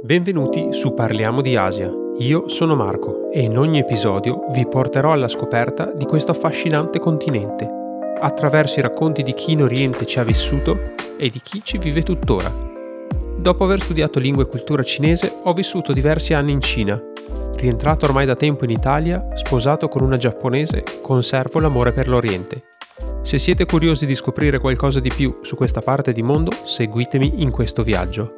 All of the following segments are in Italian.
Benvenuti su Parliamo di Asia. Io sono Marco e in ogni episodio vi porterò alla scoperta di questo affascinante continente, attraverso i racconti di chi in Oriente ci ha vissuto e di chi ci vive tuttora. Dopo aver studiato lingua e cultura cinese, ho vissuto diversi anni in Cina. Rientrato ormai da tempo in Italia, sposato con una giapponese, conservo l'amore per l'Oriente. Se siete curiosi di scoprire qualcosa di più su questa parte di mondo, seguitemi in questo viaggio.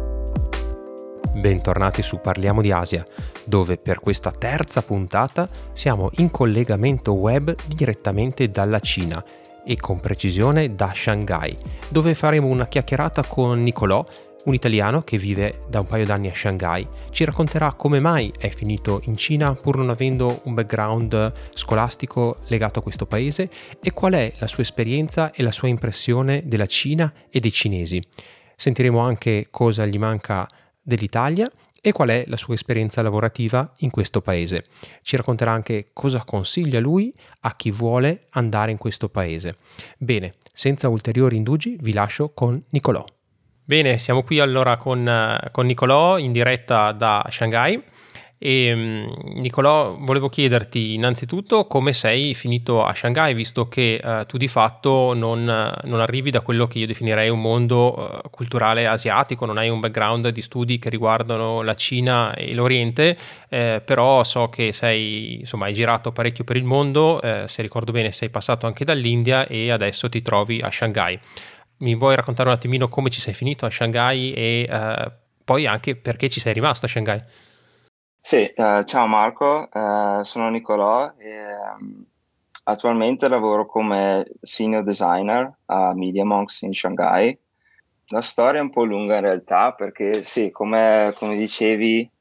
Bentornati su Parliamo di Asia, dove per questa terza puntata siamo in collegamento web direttamente dalla Cina e con precisione da Shanghai, dove faremo una chiacchierata con Nicolò, un italiano che vive da un paio d'anni a Shanghai. Ci racconterà come mai è finito in Cina pur non avendo un background scolastico legato a questo paese e qual è la sua esperienza e la sua impressione della Cina e dei cinesi. Sentiremo anche cosa gli manca dell'Italia e qual è la sua esperienza lavorativa in questo paese. Ci racconterà anche cosa consiglia lui a chi vuole andare in questo paese. Bene, senza ulteriori indugi vi lascio con Nicolò. Bene, siamo qui allora con Nicolò in diretta da Shanghai e Nicolò, volevo chiederti innanzitutto come sei finito a Shanghai, visto che tu di fatto non arrivi da quello che io definirei un mondo culturale asiatico, non hai un background di studi che riguardano la Cina e l'Oriente, però so che hai girato parecchio per il mondo, se ricordo bene sei passato anche dall'India e adesso ti trovi a Shanghai. Mi vuoi raccontare un attimino come ci sei finito a Shanghai e poi anche perché ci sei rimasto a Shanghai? Sì, ciao Marco, sono Nicolò e attualmente lavoro come senior designer a MediaMonks in Shanghai. La storia è un po' lunga in realtà perché sì, come dicevi,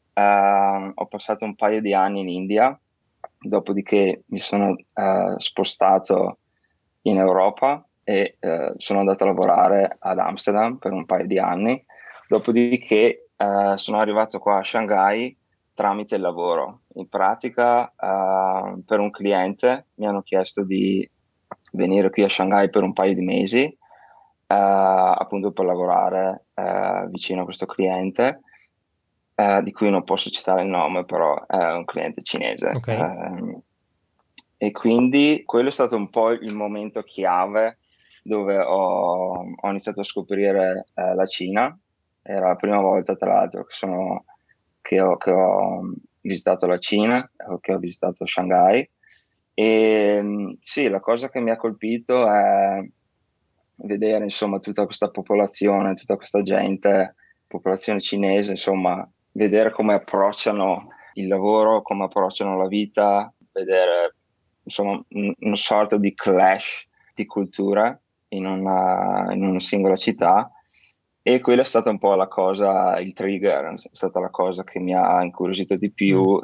ho passato un paio di anni in India, dopodiché mi sono spostato in Europa e sono andato a lavorare ad Amsterdam per un paio di anni, dopodiché sono arrivato qua a Shanghai tramite il lavoro. In pratica, per un cliente mi hanno chiesto di venire qui a Shanghai per un paio di mesi, appunto per lavorare vicino a questo cliente, di cui non posso citare il nome, però è un cliente cinese. Ok. E quindi quello è stato un po' il momento chiave dove ho iniziato a scoprire la Cina. Era la prima volta, tra l'altro, che ho visitato la Cina, che ho visitato Shanghai. E sì, la cosa che mi ha colpito è vedere, insomma, tutta questa popolazione, tutta questa gente, popolazione cinese, insomma, vedere come approcciano il lavoro, come approcciano la vita, vedere, insomma, una sorta di clash di cultura in una singola città. E quella è stata un po' la cosa, il trigger, è stata la cosa che mi ha incuriosito di più,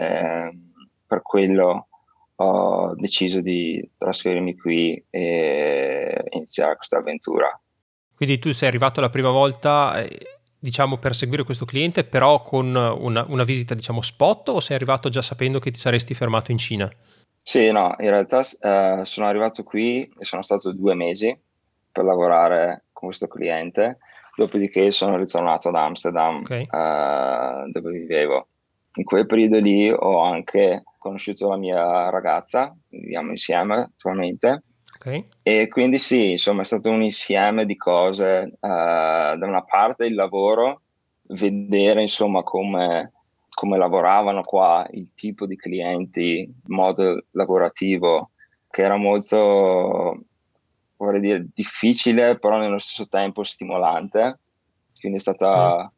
per quello ho deciso di trasferirmi qui e iniziare questa avventura. Quindi tu sei arrivato la prima volta, diciamo, per seguire questo cliente, però con una visita, diciamo, spot, o sei arrivato già sapendo che ti saresti fermato in Cina? Sì, no, in realtà sono arrivato qui e sono stato 2 mesi per lavorare con questo cliente, dopodiché sono ritornato ad Amsterdam, Ok, dove vivevo. In quel periodo lì ho anche conosciuto la mia ragazza, viviamo insieme attualmente, ok. e quindi sì, insomma è stato un insieme di cose, da una parte il lavoro, vedere insomma come lavoravano qua, il tipo di clienti, il modo lavorativo, che era molto, vorrei dire, difficile, però nello stesso tempo stimolante. Quindi è Mm. stata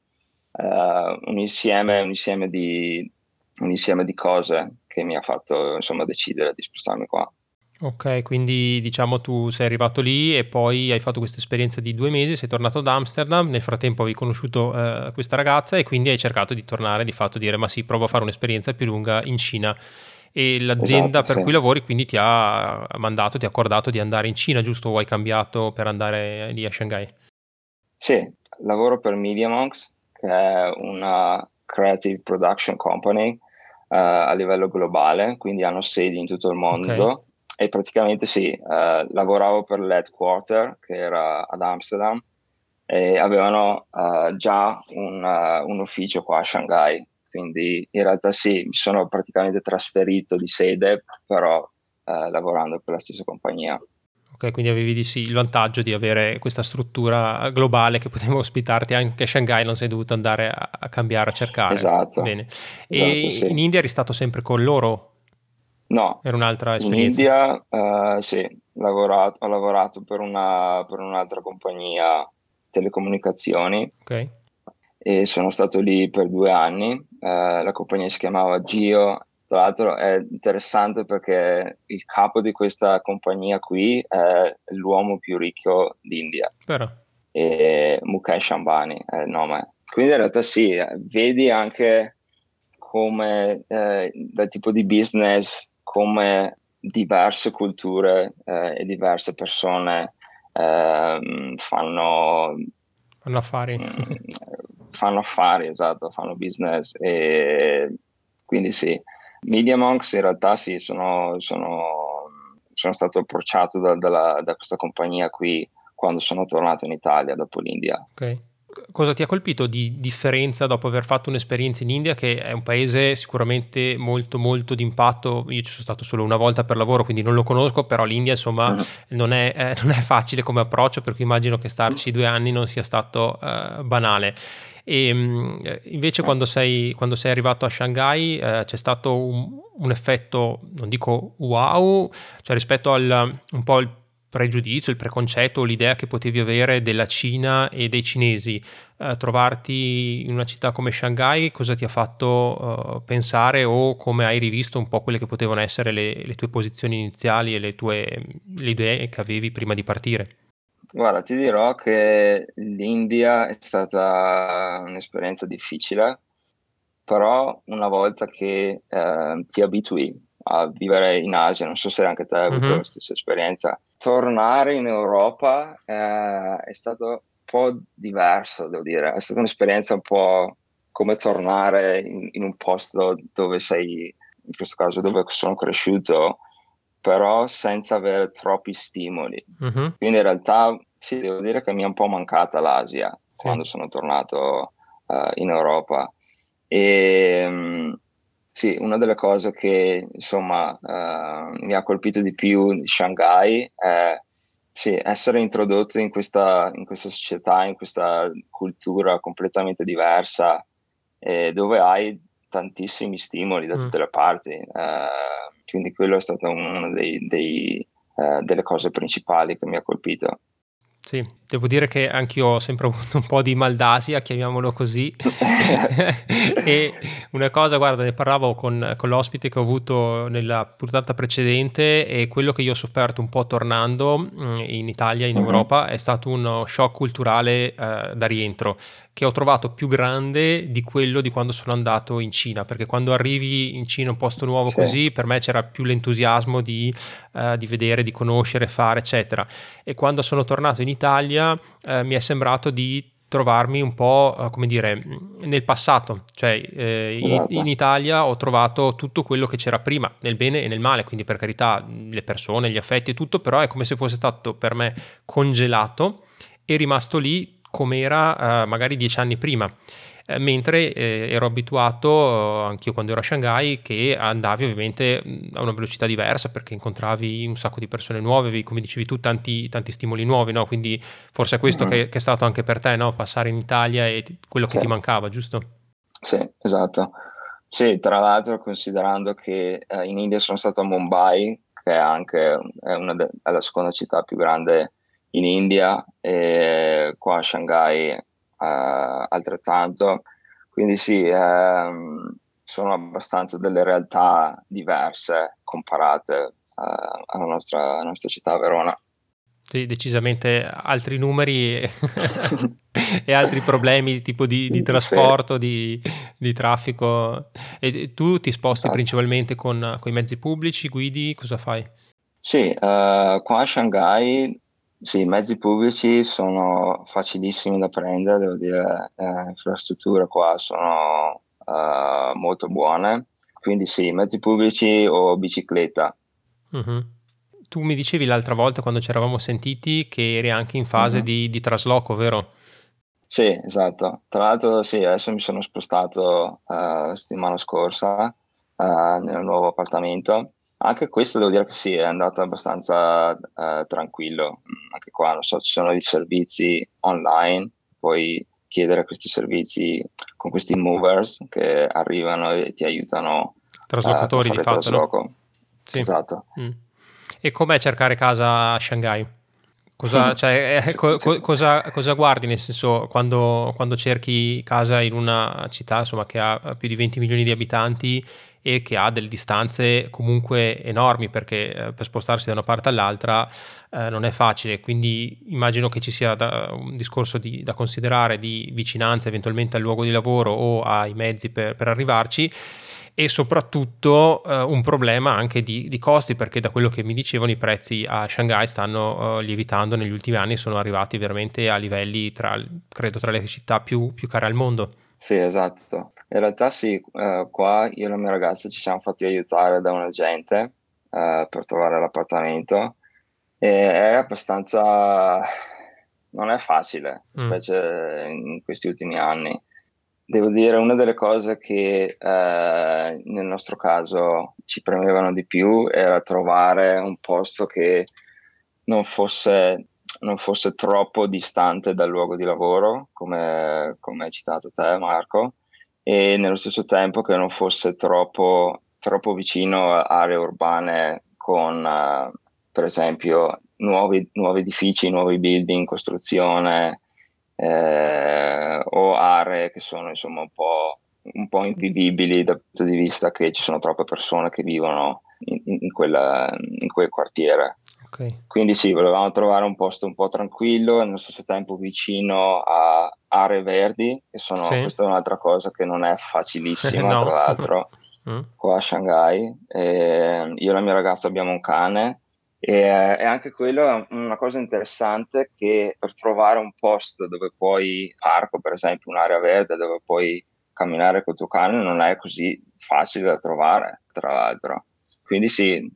un insieme di cose che mi ha fatto insomma decidere di spostarmi qua. Ok, quindi diciamo tu sei arrivato lì e poi hai fatto questa esperienza di 2 mesi, sei tornato ad Amsterdam, nel frattempo avevi conosciuto questa ragazza e quindi hai cercato di tornare, di fatto dire ma sì, provo a fare un'esperienza più lunga in Cina. E l'azienda Esatto, per sì. cui lavori quindi ti ha mandato, ti ha accordato di andare in Cina, giusto? O hai cambiato per andare lì a Shanghai? Sì, lavoro per MediaMonks, che è una creative production company a livello globale, quindi hanno sedi in tutto il Ok, mondo e praticamente sì, lavoravo per l'headquarter che era ad Amsterdam e avevano già un ufficio qua a Shanghai, quindi in realtà sì, mi sono praticamente trasferito di sede, però lavorando per la stessa compagnia. Ok, quindi avevi di sì il vantaggio di avere questa struttura globale che poteva ospitarti anche a Shanghai, non sei dovuto andare a cambiare, a cercare. Esatto, Bene. esatto, E in sì. India eri stato sempre con loro? No, Era un'altra in esperienza? India sì, ho lavorato per un'altra compagnia telecomunicazioni Ok, e sono stato lì per 2 anni. La compagnia si chiamava Gio. Tra l'altro è interessante perché il capo di questa compagnia qui è l'uomo più ricco d'India, però. e Mukesh Ambani è il nome. Quindi in realtà sì, vedi anche come dal tipo di business, come diverse culture e diverse persone fanno, Fanno affari. fanno affari, esatto, fanno business. E quindi sì, MediaMonks in realtà sì, sono stato approcciato da questa compagnia qui quando sono tornato in Italia dopo l'India. Ok. Cosa ti ha colpito di differenza dopo aver fatto un'esperienza in India, che è un paese sicuramente molto molto d'impatto? Io ci sono stato solo una volta per lavoro, quindi non lo conosco, però l'India insomma Mhm. non è facile come approccio, per cui immagino che starci 2 anni non sia stato banale. E invece quando sei arrivato a Shanghai c'è stato un effetto, non dico wow, cioè rispetto al un po' il pregiudizio, il preconcetto, l'idea che potevi avere della Cina e dei cinesi, trovarti in una città come Shanghai, cosa ti ha fatto pensare, o come hai rivisto un po' quelle che potevano essere le tue posizioni iniziali e le idee che avevi prima di partire? Guarda, ti dirò che l'India è stata un'esperienza difficile, però una volta che ti abitui a vivere in Asia, non so se anche te hai avuto la Mhm. stessa esperienza, tornare in Europa è stato un po' diverso, devo dire. È stata un'esperienza un po' come tornare in un posto dove sei, in questo caso dove sono cresciuto, però senza avere troppi stimoli. Mhm. Quindi in realtà sì, devo dire che mi è un po' mancata l'Asia Sì. quando sono tornato in Europa. E sì, una delle cose che insomma mi ha colpito di più di Shanghai è sì, essere introdotto in questa società, in questa cultura completamente diversa, dove hai tantissimi stimoli da Mm. tutte le parti. Quindi quello è stato uno delle cose principali che mi ha colpito. Sì, devo dire che anch'io ho sempre avuto un po' di mal d'Asia, chiamiamolo così. E una cosa, guarda, ne parlavo con l'ospite che ho avuto nella puntata precedente, e quello che io ho sofferto un po' tornando in Italia, in Mhm. Europa, è stato uno shock culturale da rientro, che ho trovato più grande di quello di quando sono andato in Cina, perché quando arrivi in Cina, un posto nuovo Sì, così, per me c'era più l'entusiasmo di vedere, di conoscere, fare, eccetera. E quando sono tornato in Italia mi è sembrato di trovarmi un po', come dire, nel passato, cioè in esatto. Italia ho trovato tutto quello che c'era prima, nel bene e nel male, quindi per carità le persone, gli affetti e tutto, però è come se fosse stato per me congelato e rimasto lì come era magari 10 anni prima. Mentre ero abituato, anch'io quando ero a Shanghai, che andavi ovviamente a una velocità diversa, perché incontravi un sacco di persone nuove, avevi, come dicevi tu, tanti stimoli nuovi, no? Quindi forse è questo Mhm. che è stato anche per te, no? Passare in Italia e quello che Sì, ti mancava, giusto? sì, esatto. Sì, tra l'altro considerando che in India sono stato a Mumbai, che è anche è la seconda città più grande in India, e qua a Shanghai altrettanto. Quindi sì, sono abbastanza delle realtà diverse comparate alla nostra città, Verona. Sì, decisamente altri numeri e altri problemi tipo di Sì, trasporto, di traffico. E tu ti sposti esatto. principalmente con i mezzi pubblici, guidi, cosa fai? Sì, qua a Shanghai sì, i mezzi pubblici sono facilissimi da prendere, devo dire, le infrastrutture qua sono molto buone, quindi sì, mezzi pubblici o bicicletta. Mhm. Tu mi dicevi l'altra volta quando ci eravamo sentiti che eri anche in fase Mhm. di trasloco, vero? Sì, esatto. Tra l'altro, sì, adesso mi sono spostato la settimana scorsa nel nuovo appartamento. Anche questo devo dire che sì, è andato abbastanza tranquillo. Anche qua, non so, ci sono dei servizi online, puoi chiedere questi servizi con questi movers che arrivano e ti aiutano per Traslocatori di fare il fatto, no? trasloco. Sì. Esatto. Mm. E com'è cercare casa a Shanghai? Cosa, cioè, cosa guardi, nel senso, quando cerchi casa in una città, insomma, che ha più di 20 milioni di abitanti e che ha delle distanze comunque enormi, perché per spostarsi da una parte all'altra non è facile, quindi immagino che ci sia un discorso da considerare di vicinanza eventualmente al luogo di lavoro o ai mezzi per arrivarci, e soprattutto un problema anche di costi, perché da quello che mi dicevano i prezzi a Shanghai stanno lievitando negli ultimi anni, sono arrivati veramente a livelli credo tra le città più care al mondo. Sì, esatto. In realtà sì, qua io e la mia ragazza ci siamo fatti aiutare da un agente per trovare l'appartamento e è abbastanza... non è facile, Mm. specie in questi ultimi anni. Devo dire, una delle cose che nel nostro caso ci premevano di più era trovare un posto che non fosse, non fosse troppo distante dal luogo di lavoro, come hai citato te, Marco, e nello stesso tempo che non fosse troppo vicino a aree urbane con, per esempio, nuovi edifici, nuovi building in costruzione o aree che sono insomma un po' invivibili dal punto di vista che ci sono troppe persone che vivono in quel quartiere. Ok. Quindi sì, volevamo trovare un posto un po' tranquillo e nello stesso tempo vicino a aree verdi, Sì? questa è un'altra cosa che non è facilissima, tra No. l'altro, Mm. qua a Shanghai. Io e la mia ragazza abbiamo un cane e anche quello è una cosa interessante che per trovare un posto dove puoi, parco per esempio, un'area verde dove puoi camminare col tuo cane non è così facile da trovare, tra l'altro. Quindi sì,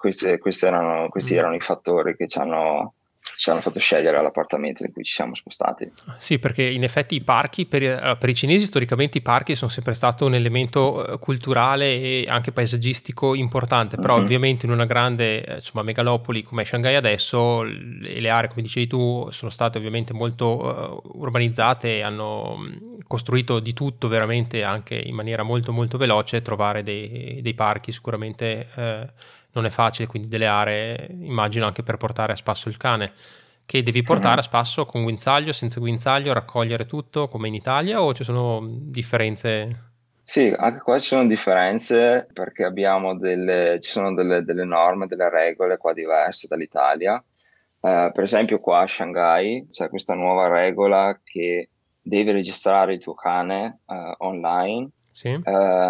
questi Mm. erano i fattori che ci hanno fatto scegliere l'appartamento in cui ci siamo spostati. Sì, perché in effetti i parchi, per i cinesi storicamente i parchi sono sempre stato un elemento culturale e anche paesaggistico importante, però Mhm. ovviamente in una grande insomma, megalopoli come Shanghai adesso le aree, come dicevi tu, sono state ovviamente molto urbanizzate e hanno costruito di tutto veramente anche in maniera molto molto veloce. Trovare dei parchi sicuramente non è facile, quindi delle aree immagino anche per portare a spasso il cane, che devi portare a Mhm. spasso con guinzaglio, senza guinzaglio, raccogliere tutto come in Italia, o ci sono differenze? Sì, anche qua ci sono differenze perché ci sono delle norme, delle regole qua diverse dall'Italia. Per esempio qua a Shanghai c'è questa nuova regola che devi registrare il tuo cane online. Sì?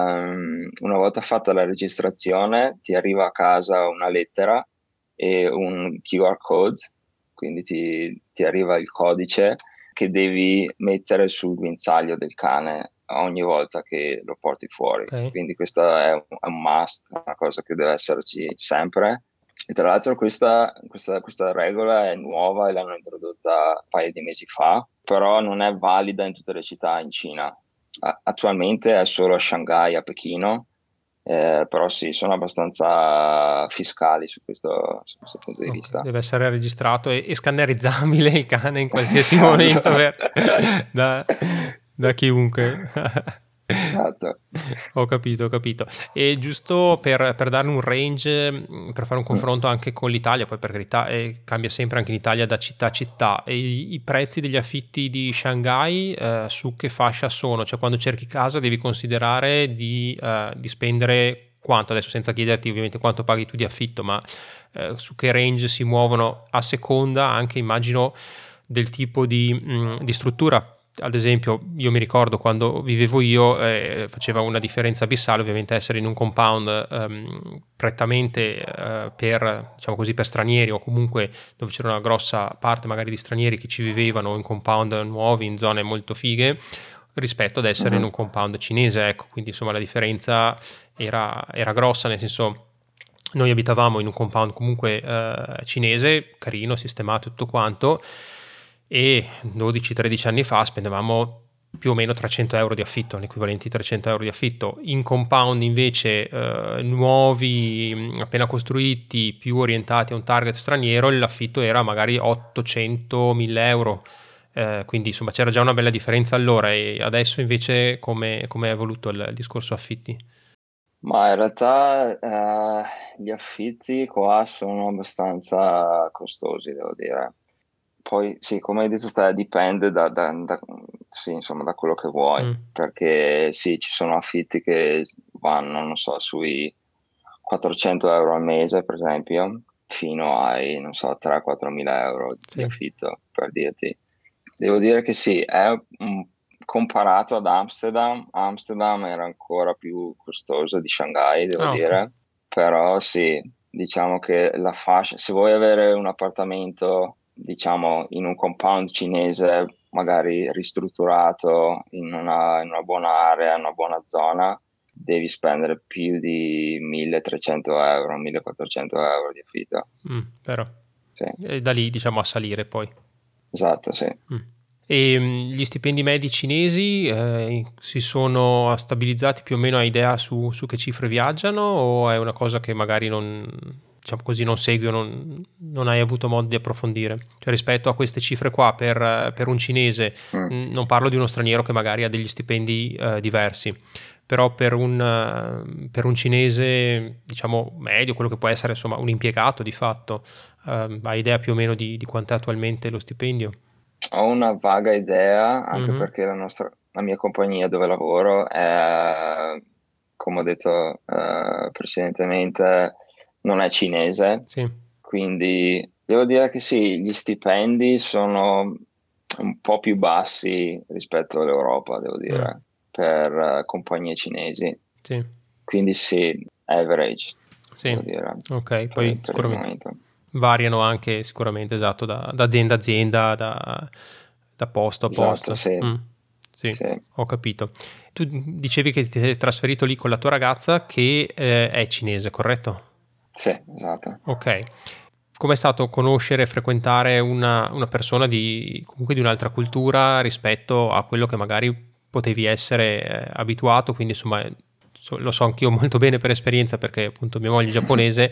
Una volta fatta la registrazione ti arriva a casa una lettera e un QR code, quindi ti arriva il codice che devi mettere sul guinzaglio del cane ogni volta che lo porti fuori. Ok. Quindi questo è un must, una cosa che deve esserci sempre. E tra l'altro questa regola è nuova e l'hanno introdotta un paio di mesi fa, però non è valida in tutte le città in Cina. Attualmente è solo a Shanghai, a Pechino, però sì, sono abbastanza fiscali su questo punto di Ok, vista. deve essere registrato e scannerizzabile il cane in qualsiasi momento Esatto. da, da chiunque. Esatto. Ho capito, ho capito. E giusto per dare un range, per fare un Mm. confronto anche con l'Italia, poi per carità cambia sempre anche in Italia da città a città, e i prezzi degli affitti di Shanghai su che fascia sono? Cioè quando cerchi casa devi considerare di spendere quanto, adesso senza chiederti ovviamente quanto paghi tu di affitto, ma su che range si muovono a seconda anche immagino del tipo di struttura. Ad esempio, io mi ricordo quando vivevo io, faceva una differenza abissale ovviamente essere in un compound prettamente per, diciamo così, per stranieri, o comunque dove c'era una grossa parte magari di stranieri che ci vivevano in compound nuovi, in zone molto fighe, rispetto ad essere in Mhm. un compound cinese, ecco. Quindi insomma la differenza era grossa, nel senso noi abitavamo in un compound comunque cinese, carino, sistemato tutto quanto, e 12-13 anni fa spendevamo più o meno 300 euro di affitto, l'equivalente di 300 euro di affitto. In compound invece nuovi, appena costruiti, più orientati a un target straniero, l'affitto era magari 800-1000 euro. Quindi insomma c'era già una bella differenza allora. E adesso invece come è evoluto il discorso affitti? Ma in realtà gli affitti qua sono abbastanza costosi, devo dire. Poi sì, come hai detto te, dipende sì, insomma, da quello che vuoi, perché sì, ci sono affitti che vanno, non so, sui 400 euro al mese, per esempio, fino ai, non so, 3-4 mila euro di affitto, per dirti. Devo dire che sì, comparato ad Amsterdam era ancora più costoso di Shanghai, devo dire, Okay. però sì, diciamo che la fascia, se vuoi avere un appartamento, diciamo, in un compound cinese, magari ristrutturato in una buona area, in una buona zona, devi spendere più di 1300 euro, 1400 euro di affitto. Però. Sì. E da lì diciamo a salire poi. Esatto, sì. E gli stipendi medi cinesi si sono stabilizzati più o meno, hai idea su che cifre viaggiano, o è una cosa che magari non, diciamo così, non segui o non hai avuto modo di approfondire? Cioè rispetto a queste cifre qua per un cinese, non parlo di uno straniero che magari ha degli stipendi diversi, però per un cinese diciamo medio, quello che può essere insomma un impiegato di fatto, hai idea più o meno di quant'è attualmente lo stipendio? Ho una vaga idea, anche perché la mia compagnia dove lavoro è, come ho detto precedentemente, non è cinese, Sì. quindi devo dire che sì, gli stipendi sono un po' più bassi rispetto all'Europa, devo dire, per compagnie cinesi. Sì. Quindi sì, average, Sì, devo dire, ok, poi per il sicuramente momento. variano anche sicuramente, esatto, da azienda a azienda, da posto a Esatto, posto. sì, Sì, sì, ho capito. Tu dicevi che ti sei trasferito lì con la tua ragazza che è cinese, corretto? sì, esatto. Ok. Com'è stato conoscere e frequentare una persona comunque di un'altra cultura rispetto a quello che magari potevi essere abituato? Quindi insomma lo so anch'io molto bene per esperienza, perché appunto mia moglie è giapponese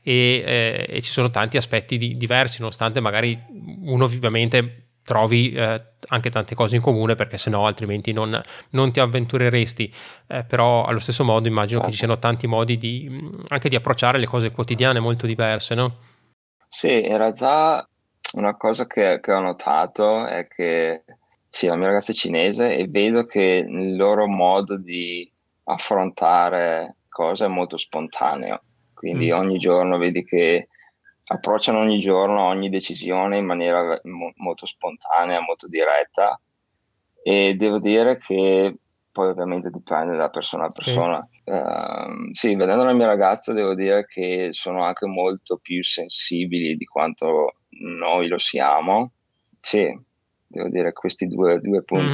e ci sono tanti aspetti diversi, nonostante magari uno ovviamente trovi anche tante cose in comune, perché sennò altrimenti non ti avventureresti. Però allo stesso modo immagino che ci Certo. siano tanti modi anche di approcciare le cose quotidiane molto diverse, no? Sì, in realtà una cosa che ho notato è che sì, la mia ragazza è cinese e vedo che il loro modo di affrontare cose è molto spontaneo. Quindi ogni giorno vedi che approcciano ogni giorno, ogni decisione in maniera molto spontanea, molto diretta. E devo dire che poi ovviamente dipende da persona a Sì. persona. Sì, vedendo la mia ragazza devo dire che sono anche molto più sensibili di quanto noi lo siamo. Sì, devo dire che questi due punti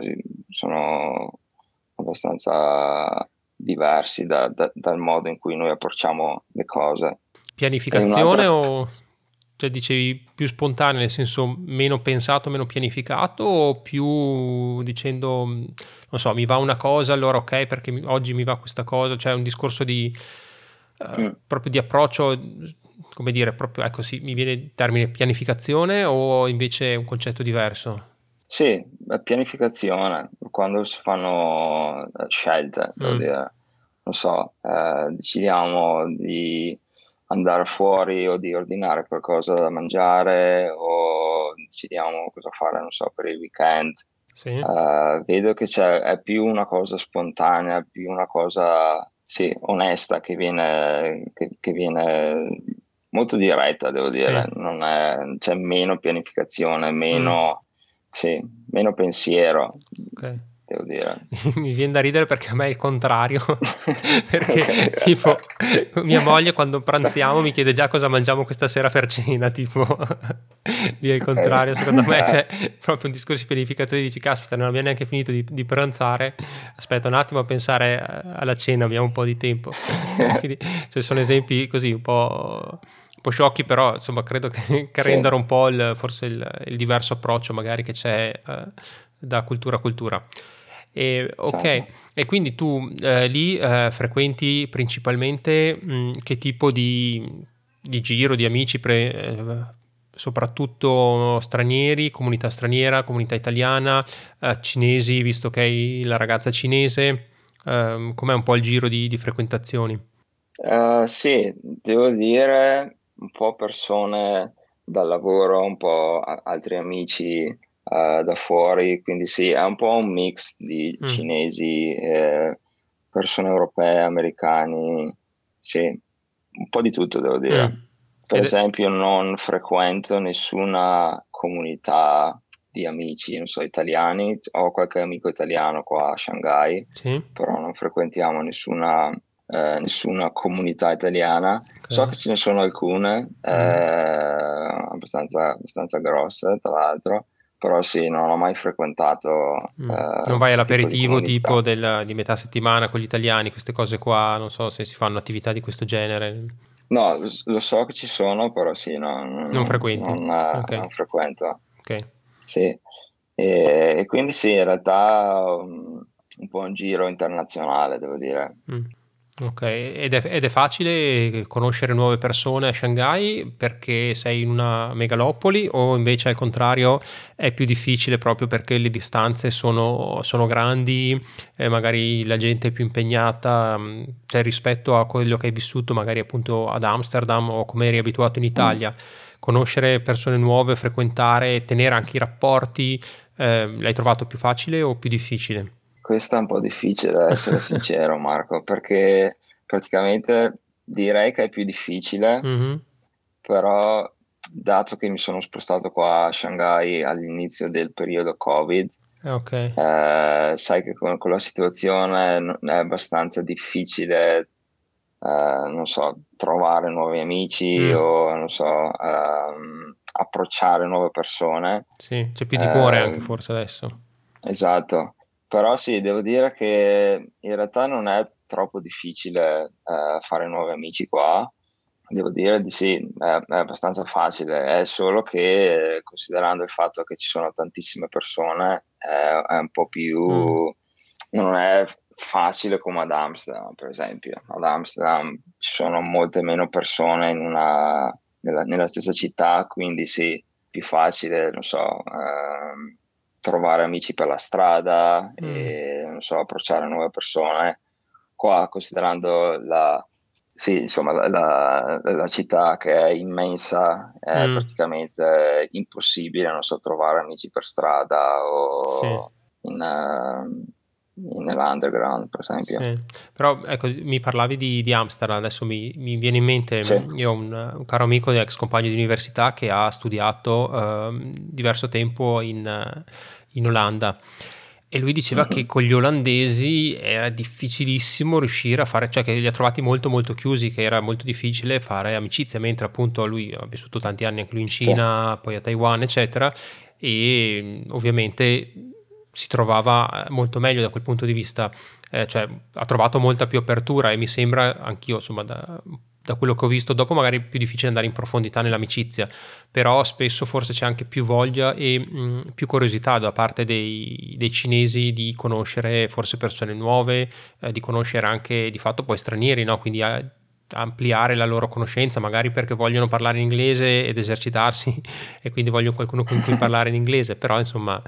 sono abbastanza diversi dal modo in cui noi approcciamo le cose. E Pianificazione un'altra. o cioè dicevi più spontaneo, nel senso meno pensato, meno pianificato, o più dicendo non so, mi va una cosa, allora ok, perché oggi mi va questa cosa, cioè un discorso proprio di approccio, come dire, proprio ecco sì, mi viene il termine pianificazione, o invece un concetto diverso? Sì, pianificazione, quando si fanno scelte, devo dire, non so, decidiamo di andare fuori o di ordinare qualcosa da mangiare o decidiamo cosa fare, non so, per il weekend. Sì. Vedo che è più una cosa spontanea, più una cosa, sì, onesta che viene molto diretta, devo Sì. dire, c'è meno pianificazione, Mm. sì, meno pensiero, Ok. devo dire. Mi viene da ridere perché a me è il contrario, perché Ok. tipo mia moglie quando pranziamo mi chiede già cosa mangiamo questa sera per cena, tipo lì è il Ok. contrario, secondo me c'è proprio un discorso di pianificazione, dici caspita non abbiamo neanche finito di pranzare, aspetta un attimo a pensare alla cena, abbiamo un po' di tempo. Quindi, cioè, sono esempi così un po' un po' sciocchi, però insomma credo che Sì, rendano un po' forse il diverso approccio magari che c'è da cultura a cultura. Ok, certo. e quindi tu lì frequenti principalmente che tipo di giro, di amici, soprattutto stranieri, comunità straniera, comunità italiana, cinesi, visto che hai la ragazza cinese, com'è un po' il giro di frequentazioni? Sì, devo dire un po' persone dal lavoro, un po' altri amici da fuori, quindi sì, è un po' un mix di Mm, cinesi, persone europee, americani, sì, un po' di tutto devo mm. dire. Per Ed è- esempio, non frequento nessuna comunità di amici, non so, italiani, ho qualche amico italiano qua a Shanghai, sì, però non frequentiamo nessuna comunità italiana. So che ok. ce ne sono alcune, Mm. abbastanza grosse, tra l'altro, però sì, non ho mai frequentato Non vai questo tipo di all'aperitivo tipo comunità. di metà settimana con gli italiani, queste cose qua, non so se si fanno attività di questo genere. No, lo so che ci sono, però sì, no, Non frequenti. Ok, non frequento. ok. Sì, e quindi sì, in realtà un po' un giro internazionale, devo dire. Mm. Ok, ed è facile conoscere nuove persone a Shanghai perché sei in una megalopoli o invece al contrario è più difficile proprio perché le distanze sono grandi, magari la gente è più impegnata, cioè rispetto a quello che hai vissuto magari appunto ad Amsterdam o come eri abituato in Mm. Italia, conoscere persone nuove, frequentare, tenere anche i rapporti, l'hai trovato più facile o più difficile? Questo è un po' difficile, essere sincero, Marco, perché praticamente direi che è più difficile, Mhm. però dato che mi sono spostato qua a Shanghai all'inizio del periodo Covid, Ok. sai che con la situazione è abbastanza difficile, non so, trovare nuovi amici Mm. o, non so, approcciare nuove persone. Sì, c'è più timore anche Eh, forse adesso. esatto, però sì, devo dire che in realtà non è troppo difficile fare nuovi amici qua. Devo dire di sì, è abbastanza facile, è solo che considerando il fatto che ci sono tantissime persone, è un po' Mm, più, non è facile come ad Amsterdam, per esempio. Ad Amsterdam ci sono molte meno persone nella stessa città, quindi sì, più facile, non so, trovare amici per la strada mm, e, non so, approcciare nuove persone. Qua, considerando sì, insomma, la città che è immensa, è mm, praticamente impossibile, non so, trovare amici per strada sì, o nell'underground, per esempio. sì. Però ecco, mi parlavi di Amsterdam, adesso mi viene in mente, Sì. io ho un caro amico, ex compagno di università che ha studiato diverso tempo in Olanda. E lui diceva che Mhm. con gli olandesi era difficilissimo riuscire a fare, cioè che li ha trovati molto molto chiusi, che era molto difficile fare amicizia, mentre appunto lui ha vissuto tanti anni anche lui in Sì. Cina, poi a Taiwan, eccetera, e ovviamente si trovava molto meglio da quel punto di vista, cioè ha trovato molta più apertura e mi sembra anch'io, insomma, da quello che ho visto, dopo magari è più difficile andare in profondità nell'amicizia, però spesso forse c'è anche più voglia e più curiosità da parte dei cinesi di conoscere forse persone nuove, di conoscere anche di fatto poi stranieri, no? Quindi ampliare la loro conoscenza, magari perché vogliono parlare in inglese ed esercitarsi e quindi vogliono qualcuno con cui parlare in inglese, però insomma,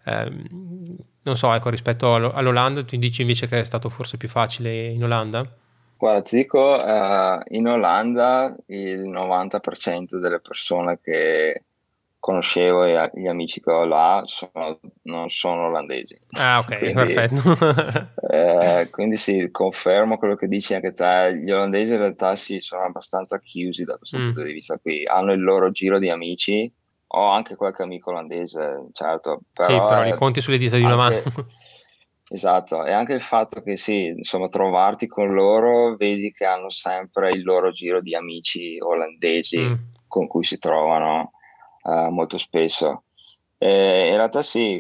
non so, ecco, rispetto all'Olanda, tu dici invece che è stato forse più facile in Olanda? Guarda, ti dico, in Olanda il 90% delle persone che conoscevo e gli amici che ho là non sono olandesi. Ah, ok, Quindi, perfetto. quindi sì, confermo quello che dici anche te. Gli olandesi in realtà sì, sono abbastanza chiusi da questo punto Mm. di vista qui. Hanno il loro giro di amici. Ho anche qualche amico olandese, certo, Sì, però però li conti sulle dita di una mano. anche, esatto, e anche il fatto che sì, insomma, trovarti con loro, vedi che hanno sempre il loro giro di amici olandesi Mm, con cui si trovano molto spesso. In realtà sì,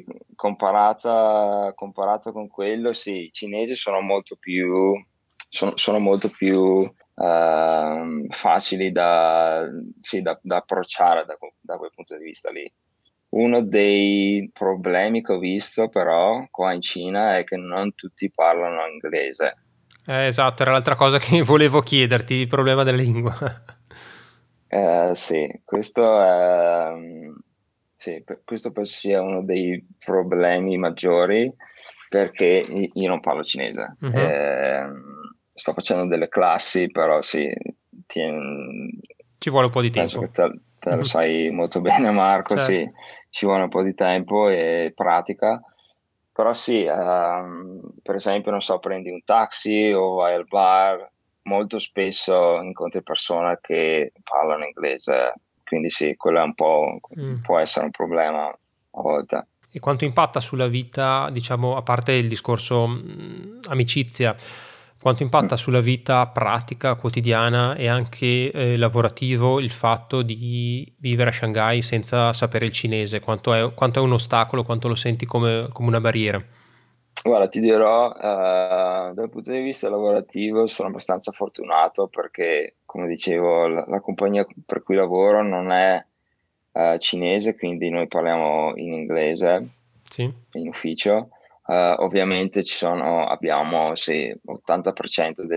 comparato con quello, sì, i cinesi sono molto più facili da approcciare da quel punto di vista lì. Uno dei problemi che ho visto però qua in Cina è che non tutti parlano inglese. Esatto, era l'altra cosa che volevo chiederti, il problema della lingua. Sì, questo penso sia uno dei problemi maggiori perché io non parlo cinese. Mhm. Sto facendo delle classi, però sì, Ci vuole un po' di penso tempo. che te lo Mhm. sai molto bene, Marco, Certo. sì, ci vuole un po' di tempo e pratica. Però sì, per esempio, non so, prendi un taxi o vai al bar, molto spesso incontri persone che parlano inglese, quindi sì, quello è Mm. può essere un problema a volte. E quanto impatta sulla vita, diciamo, a parte il discorso amicizia, quanto Mm. impatta sulla vita pratica, quotidiana e anche lavorativo il fatto di vivere a Shanghai senza sapere il cinese? Quanto è un ostacolo, quanto lo senti come una barriera? Guarda, ti dirò, dal punto di vista lavorativo sono abbastanza fortunato perché, come dicevo, la compagnia per cui lavoro non è cinese, quindi noi parliamo in inglese Sì? in ufficio. Ovviamente abbiamo sì, 80%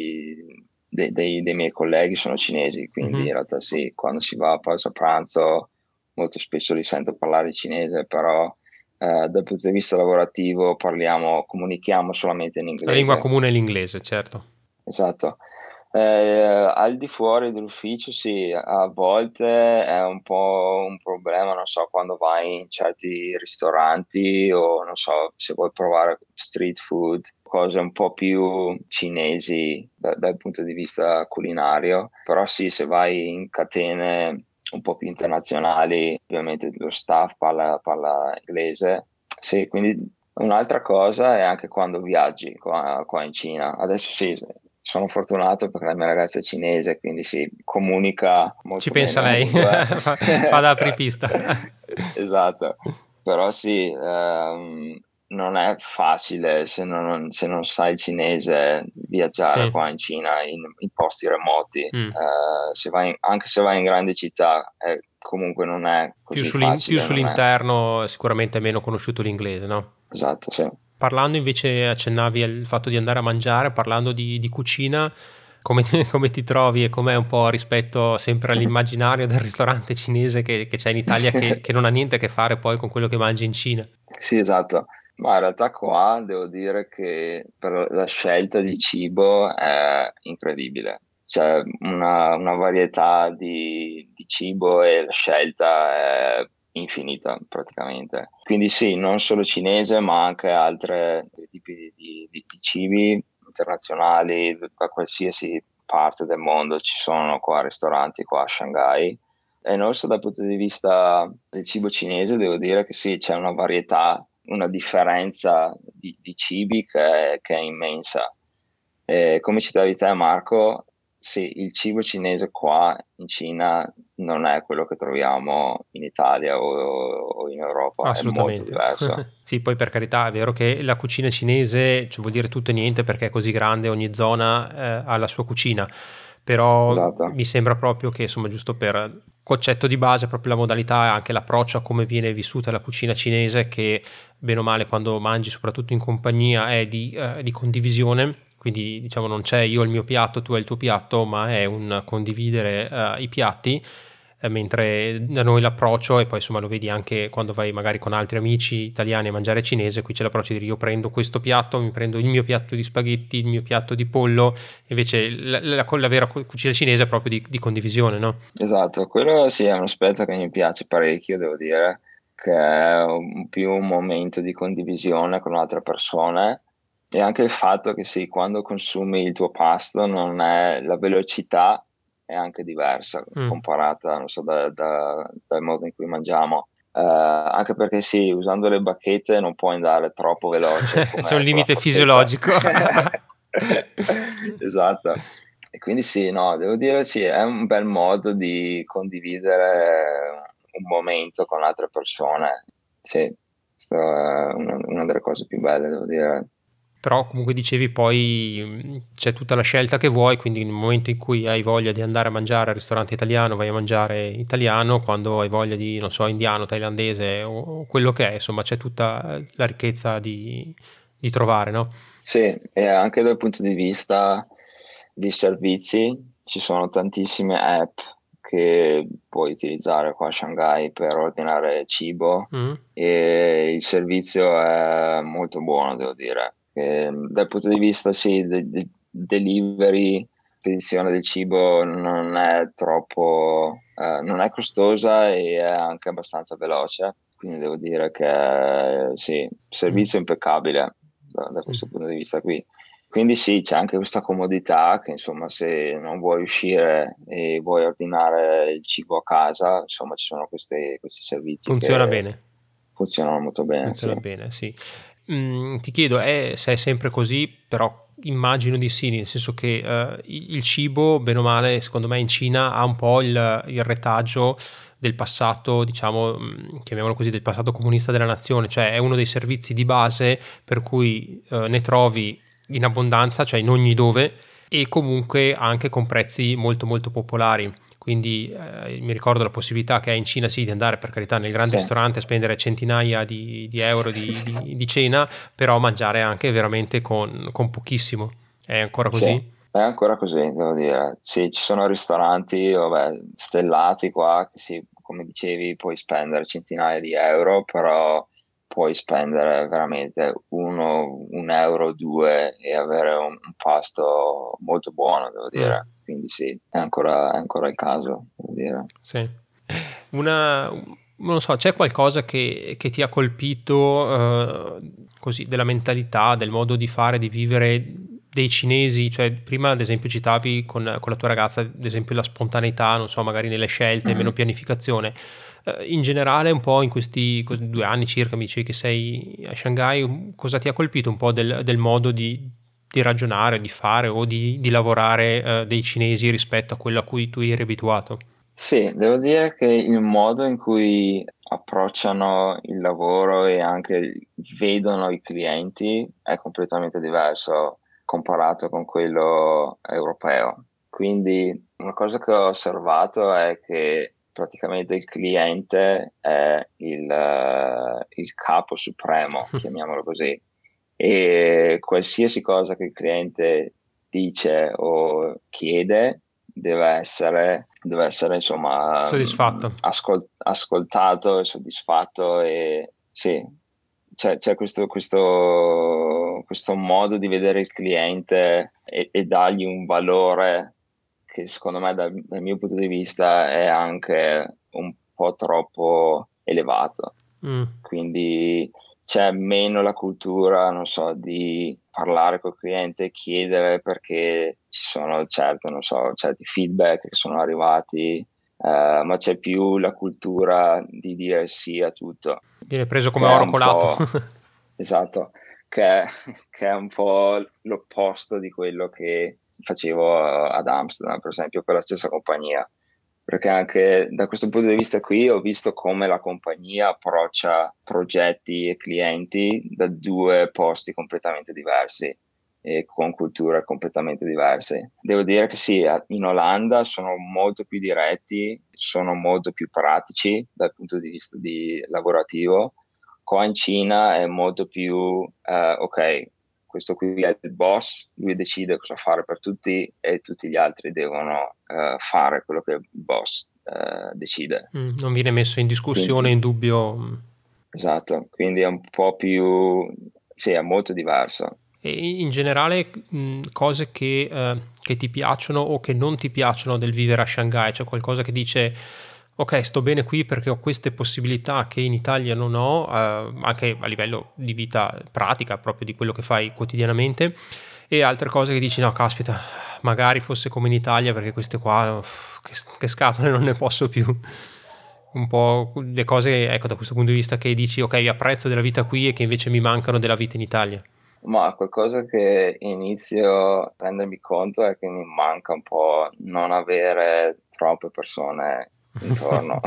dei miei colleghi sono cinesi, quindi Mhm. in realtà sì, quando si va a pausa pranzo molto spesso li sento parlare cinese, però dal punto di vista lavorativo comunichiamo solamente in La lingua inglese. comune è l'inglese, certo. Esatto. Al di fuori dell'ufficio, sì, a volte è un po' un problema, non so, quando vai in certi ristoranti o non so, se vuoi provare street food, cose un po' più cinesi dal punto di vista culinario. Però sì, se vai in catene un po' più internazionali, ovviamente lo staff parla inglese. Sì, quindi un'altra cosa è anche quando viaggi qua in Cina. Adesso sì, sono fortunato perché la mia ragazza è cinese, quindi si comunica Ci molto pensa bene la lei, lingua. fa da apripista. Esatto, però sì, non è facile se non sai il cinese viaggiare Sì. qua in Cina in posti remoti. Mm. Anche se vai in grandi città, comunque non è così Più facile, non è. sull'interno sicuramente è meno conosciuto l'inglese, no? Esatto, sì. Parlando invece, accennavi al fatto di andare a mangiare, parlando di cucina, come, come ti trovi e com'è un po' rispetto sempre all'immaginario del ristorante cinese che c'è in Italia che non ha niente a che fare poi con quello che mangi in Cina? Sì, esatto. Ma in realtà qua devo dire che per la scelta di cibo è incredibile. C'è una varietà di cibo e la scelta è infinita praticamente. Quindi sì, non solo cinese, ma anche altri tipi di cibi internazionali, da qualsiasi parte del mondo ci sono qua ristoranti qua a Shanghai. E non so dal punto di vista del cibo cinese, devo dire che sì, c'è una varietà, una differenza di cibi che è immensa. E come citavi te, Marco, sì, il cibo cinese qua in Cina non è quello che troviamo in Italia o in Europa, è molto Assolutamente. diverso. Sì, poi per carità è vero che la cucina cinese, cioè, vuol dire tutto e niente perché è così grande, ogni zona ha la sua cucina, però Esatto. mi sembra proprio che, insomma, giusto per concetto di base, proprio la modalità e anche l'approccio a come viene vissuta la cucina cinese, che bene o male quando mangi, soprattutto in compagnia, è di condivisione. Quindi diciamo non c'è io ho il mio piatto, tu hai il tuo piatto, ma è un condividere i piatti, mentre da noi l'approccio, e poi insomma lo vedi anche quando vai magari con altri amici italiani a mangiare cinese, qui c'è l'approccio di dire io prendo questo piatto, mi prendo il mio piatto di spaghetti, il mio piatto di pollo, invece la vera cucina cinese è proprio di condivisione, no? Esatto, quello sì è un aspetto che mi piace parecchio, devo dire, che è più un momento di condivisione con altre persone e anche il fatto che sì, quando consumi il tuo pasto non è, la velocità è anche diversa Mm. comparata, non so, dal modo in cui mangiamo. Anche perché sì, usando le bacchette non puoi andare troppo veloce C'è un come con la limite forchetta. fisiologico. Esatto. E quindi sì, no, devo dire sì, è un bel modo di condividere un momento con altre persone. Sì, questa è una delle cose più belle, devo dire. però comunque dicevi poi c'è tutta la scelta che vuoi, quindi nel momento in cui hai voglia di andare a mangiare al ristorante italiano vai a mangiare italiano, quando hai voglia di, non so, indiano, thailandese o quello che è, insomma c'è tutta la ricchezza di trovare, no? Sì, e anche dal punto di vista di servizi, ci sono tantissime app che puoi utilizzare qua a Shanghai per ordinare cibo Mm. e il servizio è molto buono, devo dire. Dal punto di vista, sì, delivery, spedizione del cibo non è troppo, non è costosa e è anche abbastanza veloce, quindi devo dire che sì, Mm. servizio impeccabile da questo Mm. punto di vista qui. Quindi sì, c'è anche questa comodità che insomma se non vuoi uscire e vuoi ordinare il cibo a casa, insomma ci sono questi servizi Funziona che bene. funzionano molto bene, sì. Funziona bene, sì. Ti chiedo, se è sempre così, però immagino di sì, nel senso che il cibo, bene o male, secondo me in Cina ha un po' il retaggio del passato, diciamo, chiamiamolo così, del passato comunista della nazione, cioè è uno dei servizi di base per cui ne trovi in abbondanza, cioè in ogni dove, e comunque anche con prezzi molto molto popolari. Quindi mi ricordo la possibilità che hai in Cina sì di andare per carità nel grande Sì. ristorante a spendere centinaia di euro di cena, però mangiare anche veramente con pochissimo. È ancora Sì, così? è ancora così, devo dire. Sì, ci sono ristoranti, vabbè, stellati qua, che sì, come dicevi, puoi spendere centinaia di euro, però puoi spendere veramente un euro, due e avere un pasto molto buono, devo Mm, dire. Quindi sì, è ancora il caso, devo dire. sì. Non so, c'è qualcosa che ti ha colpito così della mentalità, del modo di fare, di vivere dei cinesi? Cioè, prima ad esempio citavi con la tua ragazza, ad esempio la spontaneità, non so, magari nelle scelte, meno Mhm. pianificazione. In generale, un po' in questi 2 anni circa, mi dicevi che sei a Shanghai, cosa ti ha colpito un po' del modo di ragionare, di fare o di lavorare dei cinesi rispetto a quello a cui tu eri abituato? Sì, devo dire che il modo in cui approcciano il lavoro e anche vedono i clienti è completamente diverso comparato con quello europeo. Quindi una cosa che ho osservato è che praticamente il cliente è il capo supremo, chiamiamolo così, e qualsiasi cosa che il cliente dice o chiede deve essere insomma Soddisfatto. ascoltato e soddisfatto e sì, c'è questo modo di vedere il cliente e dargli un valore che secondo me dal mio punto di vista è anche un po' troppo elevato. Mm. Quindi c'è meno la cultura, non so, di parlare col cliente, chiedere perché ci sono, certo, non so, certi feedback che sono arrivati, ma c'è più la cultura di dire sì a tutto, Viene preso come che è oro un colato. po', esatto, che è, che è un po' l'opposto di quello che facevo ad Amsterdam, per esempio, per la stessa compagnia. Perché anche da questo punto di vista qui ho visto come la compagnia approccia progetti e clienti da due posti completamente diversi e con culture completamente diverse. Devo dire che sì, in Olanda sono molto più diretti, sono molto più pratici dal punto di vista lavorativo. Qua in Cina è molto più, ok, questo qui è il boss, lui decide cosa fare per tutti e tutti gli altri devono fare quello che il boss decide. Non viene messo in discussione, Quindi, in dubbio. esatto, quindi è un po' più, sì, è molto diverso. E in generale, cose che ti piacciono o che non ti piacciono del vivere a Shanghai, cioè qualcosa che dice, ok, sto bene qui perché ho queste possibilità che in Italia non ho, anche a livello di vita pratica, proprio di quello che fai quotidianamente, e altre cose che dici, no, caspita, magari fosse come in Italia perché queste qua, che scatole, non ne posso più. Un po' le cose, ecco, da questo punto di vista che dici, ok, apprezzo della vita qui e che invece mi mancano della vita in Italia. Ma qualcosa che inizio a rendermi conto è che mi manca un po' non avere troppe persone intorno.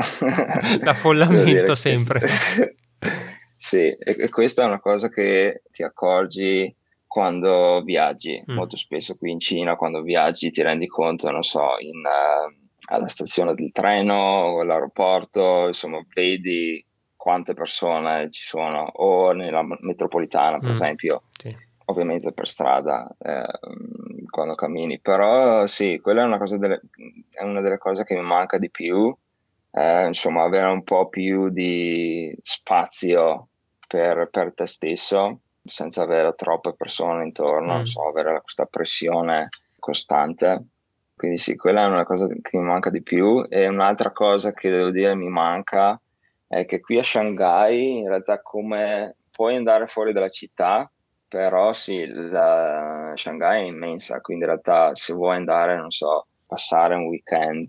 Devo L'affollamento dire che sempre. sì, e questa è una cosa che ti accorgi quando viaggi. Molto spesso qui in Cina, quando viaggi, ti rendi conto, non so, alla stazione del treno o all'aeroporto, insomma, vedi quante persone ci sono, o nella metropolitana, per esempio, sì. ovviamente per strada, quando cammini. Però sì, quella è è una delle cose che mi manca di più, insomma, avere un po' più di spazio per te stesso, senza avere troppe persone intorno, non so, avere questa pressione costante. Quindi sì, quella è una cosa che mi manca di più. E un'altra cosa che devo dire mi manca è che qui a Shanghai, in realtà, come puoi andare fuori dalla città, però sì, Shanghai è immensa, quindi in realtà se vuoi andare, non so, passare un weekend,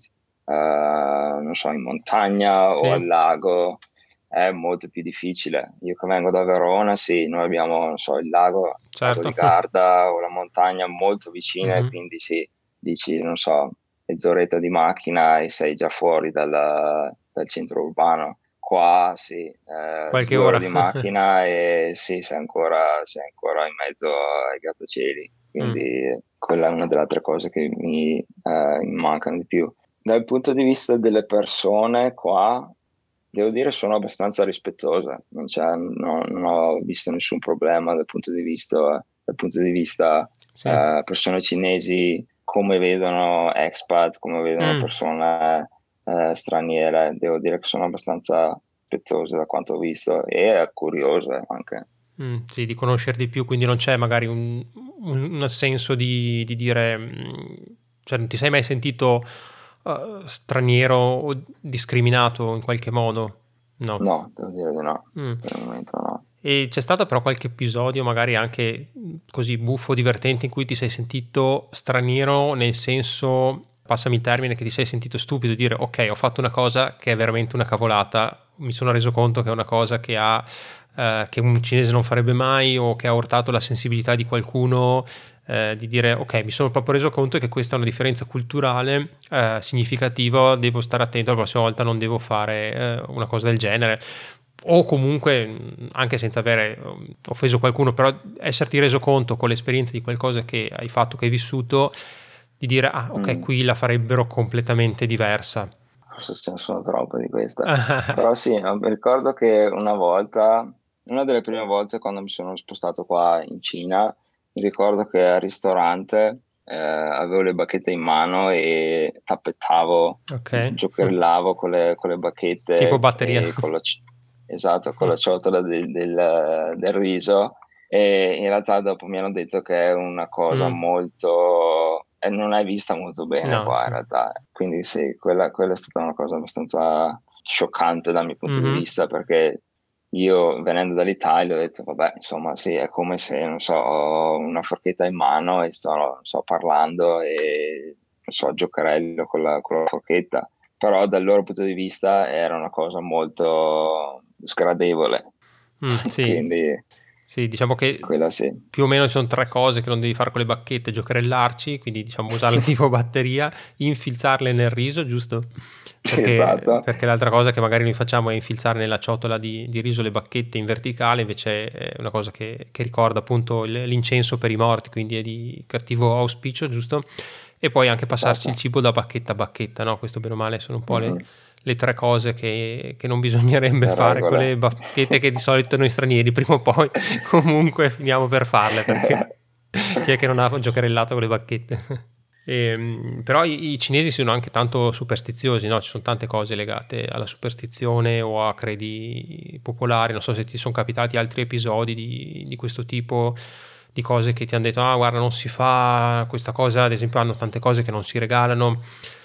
non so, in montagna o al lago, è molto più difficile. Io che vengo da Verona, sì, noi abbiamo, non so, il lago di Garda o la montagna molto vicine, quindi sì, dici, non so, mezz'oretta di macchina e sei già fuori dal centro urbano. Qua sì, Qualche 2 ore ora. di macchina e sì, sei ancora in mezzo ai grattacieli. Quindi quella è una delle altre cose che mi mancano di più. Dal punto di vista delle persone qua, devo dire, sono abbastanza rispettose, non ho visto nessun problema dal punto di vista persone cinesi, come vedono expat, come vedono persone straniere. Devo dire che sono abbastanza rispettose da quanto ho visto e curiose anche. Sì, di conoscere di più, quindi non c'è magari un senso di dire, cioè non ti sei mai sentito straniero o discriminato in qualche modo? No. No, devo dire di no, per il momento no. E c'è stato però qualche episodio, magari anche così buffo, divertente, in cui ti sei sentito straniero, nel senso, passami il termine, che ti sei sentito stupido, dire ok, ho fatto una cosa che è veramente una cavolata, mi sono reso conto che è una cosa che che un cinese non farebbe mai, o che ha urtato la sensibilità di qualcuno, di dire ok, mi sono proprio reso conto che questa è una differenza culturale significativa, devo stare attento, la prossima volta non devo fare una cosa del genere. O comunque, anche senza avere offeso qualcuno, però esserti reso conto con l'esperienza di qualcosa che hai fatto, che hai vissuto, di dire ah ok, qui la farebbero completamente diversa. Forse ce ne sono troppe di queste. Però sì, no, mi ricordo che una delle prime volte quando mi sono spostato qua in Cina, mi ricordo che al ristorante avevo le bacchette in mano e tappettavo, giocherellavo con le bacchette Tipo batteria. e esatto, con la ciotola del riso. E in realtà dopo mi hanno detto che è una cosa molto... e non è vista molto bene No, qua sì. in realtà. Quindi sì, quella è stata una cosa abbastanza scioccante dal mio punto di vista, perché io venendo dall'Italia ho detto, vabbè, insomma, sì, è come se, non so, ho una forchetta in mano e sto parlando e, non so, giocherello con la forchetta. Però dal loro punto di vista era una cosa molto sgradevole. Sì. Quindi Sì, diciamo che quella sì. più o meno ci sono 3 cose che non devi fare con le bacchette: giocherellarci, quindi diciamo usarle tipo batteria, infilzarle nel riso, giusto? Esatto. Perché l'altra cosa che magari noi facciamo è infilzare nella ciotola di riso le bacchette in verticale, invece è una cosa che ricorda appunto l'incenso per i morti, quindi è di cattivo auspicio, giusto? E poi anche passarci il cibo da bacchetta a bacchetta, no? Questo bene o male sono un po' le 3 cose che non bisognerebbe Le fare con regole. le bacchette, che di solito noi stranieri prima o poi comunque finiamo per farle, perché chi è che non ha giocherellato con le bacchette? Però i cinesi sono anche tanto superstiziosi, no? Ci sono tante cose legate alla superstizione o a credi popolari. Non so se ti sono capitati altri episodi di questo tipo, di cose che ti hanno detto ah guarda, non si fa questa cosa, ad esempio hanno tante cose che non si regalano,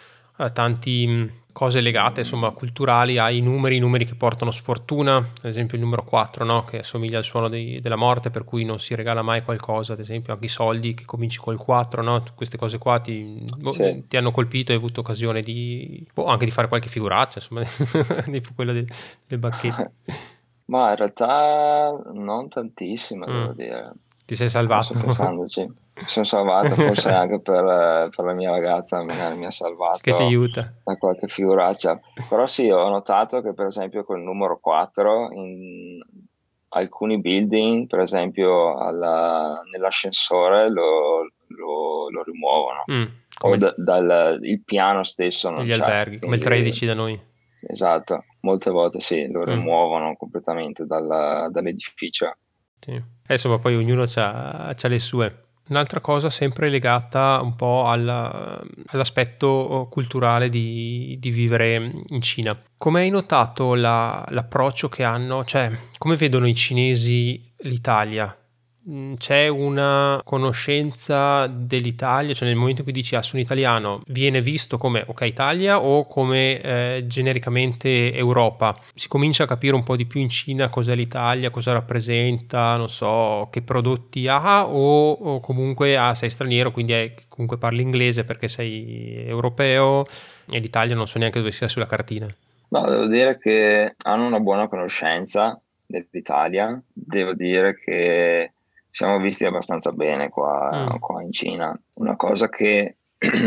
tanti cose legate insomma culturali ai numeri, i numeri che portano sfortuna, ad esempio il numero 4, no? Che assomiglia al suono della morte, per cui non si regala mai qualcosa, ad esempio anche i soldi che cominci col 4, no? Queste cose qua Sì. ti hanno colpito e hai avuto occasione anche di fare qualche figuraccia, insomma, tipo quello delle bacchette. Ma in realtà non tantissime, devo dire. Ti sei Adesso salvato. pensandoci, mi sono salvato forse anche per la mia ragazza, magari mi ha Che ti salvato aiuta. da qualche figuraccia. Però sì, ho notato che per esempio col numero 4 alcuni building, per esempio nell'ascensore lo rimuovono, o il piano stesso non negli c'è. alberghi, come il 13 da noi. Esatto, molte volte sì, lo rimuovono completamente dall'edificio. Sì. Insomma, poi ognuno c'ha le sue. Un'altra cosa sempre legata un po' all'aspetto culturale di vivere in Cina. Come hai notato l'approccio che hanno? Cioè, come vedono i cinesi l'Italia? C'è una conoscenza dell'Italia? Cioè, nel momento in cui dici sono italiano, viene visto come ok Italia o come genericamente Europa? Si comincia a capire un po' di più in Cina cos'è l'Italia, cosa rappresenta, non so, che prodotti ha, o comunque sei straniero, quindi comunque parli inglese perché sei europeo e l'Italia non so neanche dove sia sulla cartina. No, devo dire che hanno una buona conoscenza dell'Italia, devo dire che siamo visti abbastanza bene qua in Cina. Una cosa che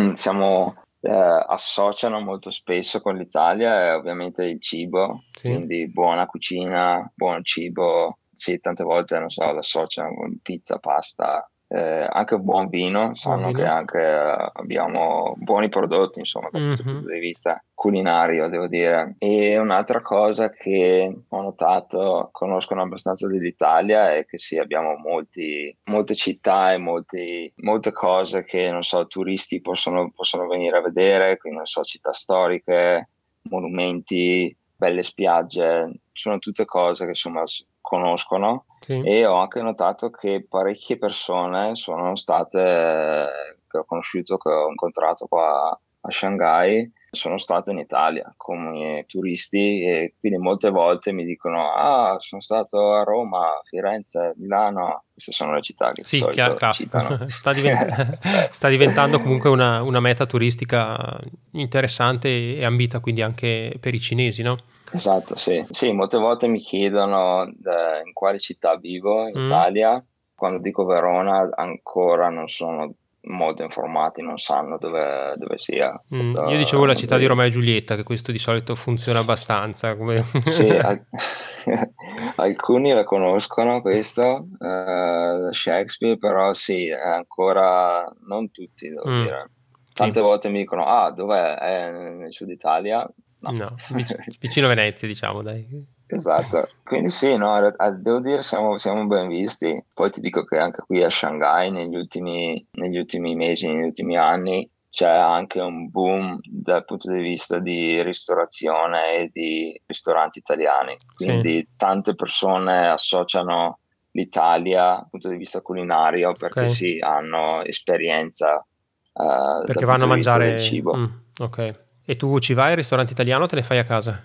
associano molto spesso con l'Italia è ovviamente il cibo, Sì. quindi buona cucina, buon cibo. Sì, tante volte, non so, l'associano con pizza, pasta, anche buon vino. Sanno che anche abbiamo buoni prodotti, insomma, da questo punto di vista culinario, devo dire. E un'altra cosa che ho notato, conoscono abbastanza dell'Italia, è che sì, abbiamo molte città e molte cose che, non so, turisti possono venire a vedere, quindi, non so, città storiche, monumenti, belle spiagge, sono tutte cose che, insomma, conoscono. Sì. E ho anche notato che parecchie persone sono state, che ho conosciuto, che ho incontrato qua a Shanghai, sono state in Italia come turisti, e quindi molte volte mi dicono sono stato a Roma, Firenze, Milano. Queste sono le città che di solito citano. Sta diventando comunque una meta turistica interessante e ambita quindi anche per i cinesi, no? Esatto, sì. Sì, molte volte mi chiedono in quale città vivo in Italia. Quando dico Verona ancora non sono molto informati, non sanno dove sia. Io dicevo la città di Romeo e Giulietta, che questo di solito funziona abbastanza. Sì, alcuni la conoscono questo, Shakespeare, però sì, ancora non tutti, devo dire. Tante volte mi dicono, dov'è? È nel sud Italia? No, vicino a Venezia, diciamo, dai. Esatto, quindi sì, no, devo dire siamo ben visti. Poi ti dico che anche qui a Shanghai negli ultimi mesi, negli ultimi anni, c'è anche un boom dal punto di vista di ristorazione e di ristoranti italiani. Quindi tante persone associano l'Italia dal punto di vista culinario perché sì, hanno esperienza perché dal vanno punto a di vista mangiare del cibo. Ok. E tu ci vai al ristorante italiano o te ne fai a casa?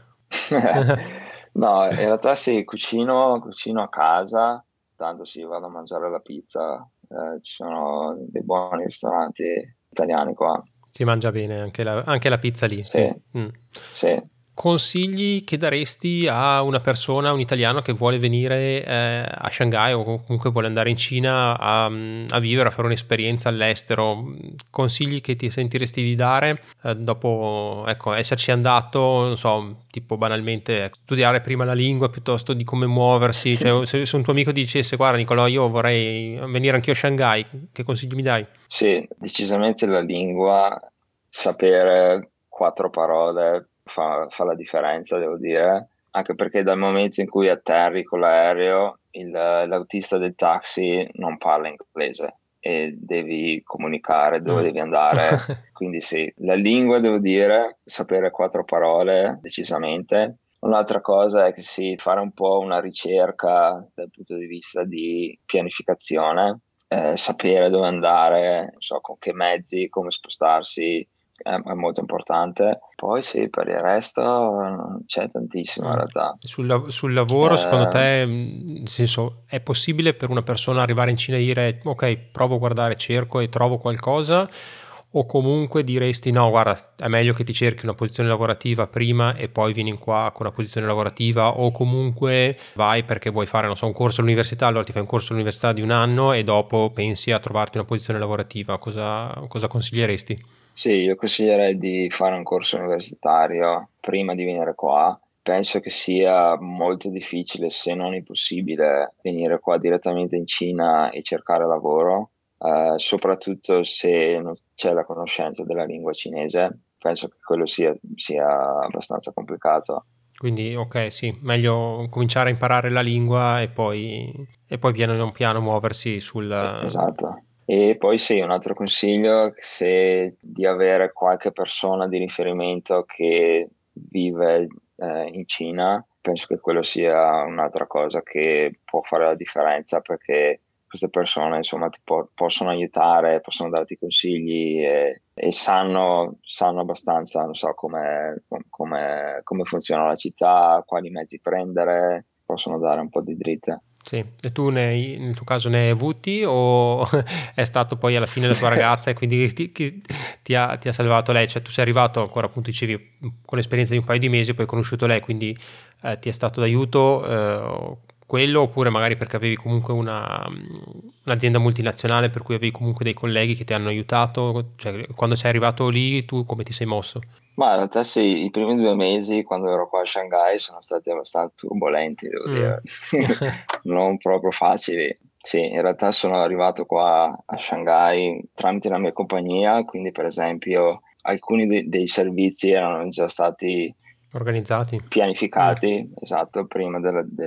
No, in realtà sì, cucino a casa, tanto sì, vado a mangiare la pizza, ci sono dei buoni ristoranti italiani qua. Si mangia bene anche la pizza lì. Sì, sì. Consigli che daresti a una persona, un italiano che vuole venire a Shanghai o comunque vuole andare in Cina a vivere, a fare un'esperienza all'estero? Consigli che ti sentiresti di dare dopo esserci andato, non so, tipo banalmente studiare prima la lingua piuttosto di come muoversi? Cioè, se un tuo amico dicesse guarda Nicolò, io vorrei venire anch'io a Shanghai, che consigli mi dai? Sì, decisamente la lingua, sapere 4 parole fa la differenza, devo dire, anche perché dal momento in cui atterri con l'aereo, l'autista del taxi non parla inglese e devi comunicare dove devi andare. Quindi sì, la lingua, devo dire, sapere 4 parole, decisamente. Un'altra cosa è che sì, fare un po' una ricerca dal punto di vista di pianificazione, sapere dove andare, non so, con che mezzi, come spostarsi, è molto importante. Poi sì, per il resto non c'è tantissimo in realtà. Sul lavoro, secondo te, nel senso, è possibile per una persona arrivare in Cina e dire ok, provo a guardare, cerco e trovo qualcosa? O comunque diresti no, guarda, è meglio che ti cerchi una posizione lavorativa prima e poi vieni qua con una posizione lavorativa, o comunque vai perché vuoi fare, non so, un corso all'università, allora ti fai un corso all'università di un anno e dopo pensi a trovarti una posizione lavorativa? Cosa consiglieresti? Sì, io consiglierei di fare un corso universitario prima di venire qua, penso che sia molto difficile, se non impossibile, venire qua direttamente in Cina e cercare lavoro, soprattutto se non c'è la conoscenza della lingua cinese. Penso che quello sia abbastanza complicato. Quindi, ok, sì, meglio cominciare a imparare la lingua e poi piano piano muoversi sul... Esatto. E poi sì, un altro consiglio è di avere qualche persona di riferimento che vive in Cina. Penso che quello sia un'altra cosa che può fare la differenza, perché queste persone insomma possono aiutare, possono darti consigli e sanno abbastanza, non so, come funziona la città, quali mezzi prendere, possono dare un po' di dritte. Sì, e tu nel tuo caso ne hai avuti o è stato poi alla fine la tua ragazza e quindi ti ha salvato lei? Cioè tu sei arrivato ancora, appunto dicevi, con l'esperienza di un paio di mesi, poi hai conosciuto lei, quindi ti è stato d'aiuto quello, oppure magari perché avevi comunque un'azienda multinazionale per cui avevi comunque dei colleghi che ti hanno aiutato? Cioè quando sei arrivato lì tu come ti sei mosso? Ma in realtà sì, i primi 2 mesi quando ero qua a Shanghai sono stati abbastanza turbolenti, devo dire, non proprio facili. Sì, in realtà sono arrivato qua a Shanghai tramite la mia compagnia, quindi per esempio alcuni dei servizi erano già stati Organizzati? pianificati, esatto, prima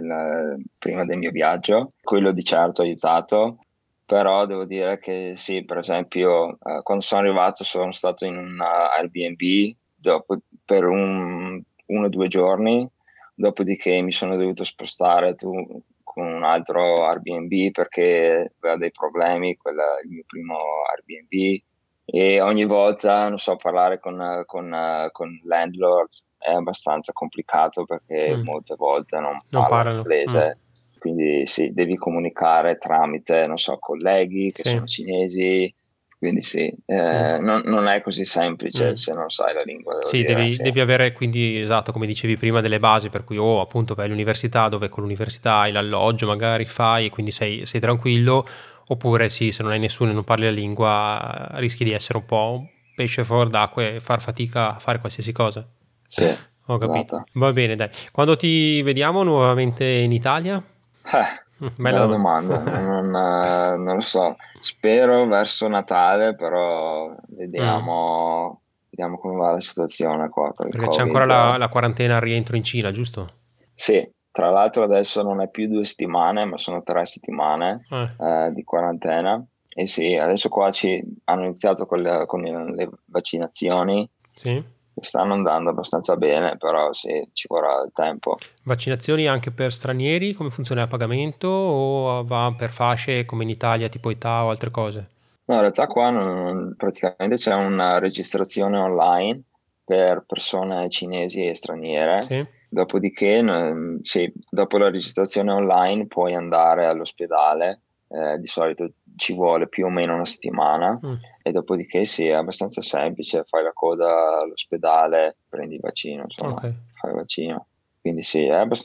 del mio viaggio. Quello di certo ha aiutato, però devo dire che sì, per esempio, quando sono arrivato sono stato in un Airbnb per 1 o 2 giorni, dopodiché mi sono dovuto spostare con un altro Airbnb perché aveva dei problemi, il mio primo Airbnb, e ogni volta, non so, parlare con landlords è abbastanza complicato perché molte volte non parlano parlano. inglese. Quindi sì, devi comunicare tramite, non so, colleghi che Sì. sono cinesi, quindi sì, Sì. non è così semplice se non sai la lingua, devo Sì, dire. devi avere quindi, esatto, come dicevi prima, delle basi per cui appunto vai all'università dove con l'università hai l'alloggio, magari fai e quindi sei tranquillo, oppure sì, se non hai nessuno e non parli la lingua rischi di essere un po' un pesce fuor d'acqua e far fatica a fare qualsiasi cosa. Sì, Ho capito. esatto. Va bene, dai. Quando ti vediamo nuovamente in Italia? Bella domanda, non lo so. Spero verso Natale, però vediamo come va la situazione qua con il Perché c'è ancora Covid. la quarantena al rientro in Cina, giusto? Sì, tra l'altro adesso non è più 2 settimane, ma sono 3 settimane di quarantena. E sì, adesso qua hanno iniziato con le vaccinazioni, Sì. che stanno andando abbastanza bene, però sì, ci vorrà il tempo. Vaccinazioni anche per stranieri, come funziona a pagamento o va per fasce come in Italia, tipo età o altre cose? No, in realtà qua praticamente c'è una registrazione online per persone cinesi e straniere. Sì? Dopodiché, sì, dopo la registrazione online puoi andare all'ospedale, di solito ci vuole più o meno una settimana, e dopodiché sì, è abbastanza semplice, fai la coda all'ospedale, prendi il vaccino, insomma, Ok. fai il vaccino. Quindi sì,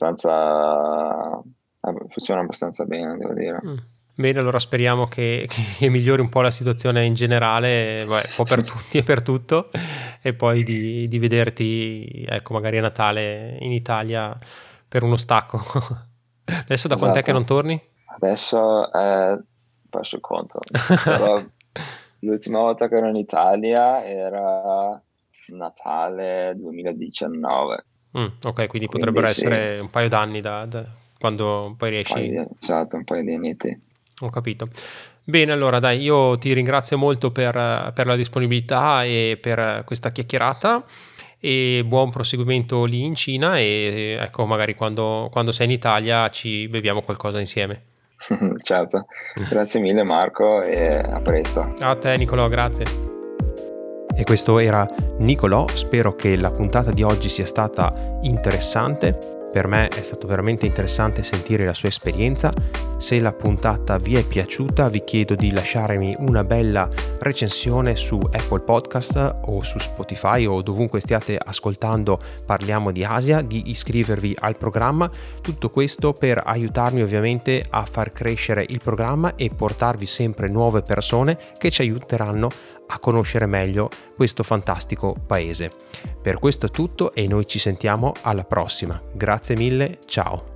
funziona abbastanza bene, devo dire. Bene, allora speriamo che migliori un po' la situazione in generale, un po' per tutti e per tutto, e poi di vederti, ecco, magari a Natale in Italia per uno stacco. Adesso da quant'è che Esatto. non torni? Adesso perso il conto, però l'ultima volta che ero in Italia era Natale 2019. Ok, quindi potrebbero Quindi sì, essere un paio d'anni da quando poi riesci. esatto, un paio di annetti. Ho capito. Bene, allora dai, io ti ringrazio molto per la disponibilità e per questa chiacchierata e buon proseguimento lì in Cina e ecco, magari quando sei in Italia ci beviamo qualcosa insieme. Certo, grazie mille Marco e a presto. A te Nicolò, grazie. E questo era Nicolò, spero che la puntata di oggi sia stata interessante. Per me è stato veramente interessante sentire la sua esperienza. Se la puntata vi è piaciuta vi chiedo di lasciarmi una bella recensione su Apple Podcast o su Spotify o dovunque stiate ascoltando Parliamo di Asia, di iscrivervi al programma. Tutto questo per aiutarmi ovviamente a far crescere il programma e portarvi sempre nuove persone che ci aiuteranno a conoscere meglio questo fantastico paese. Per questo è tutto e noi ci sentiamo alla prossima. Grazie mille, ciao!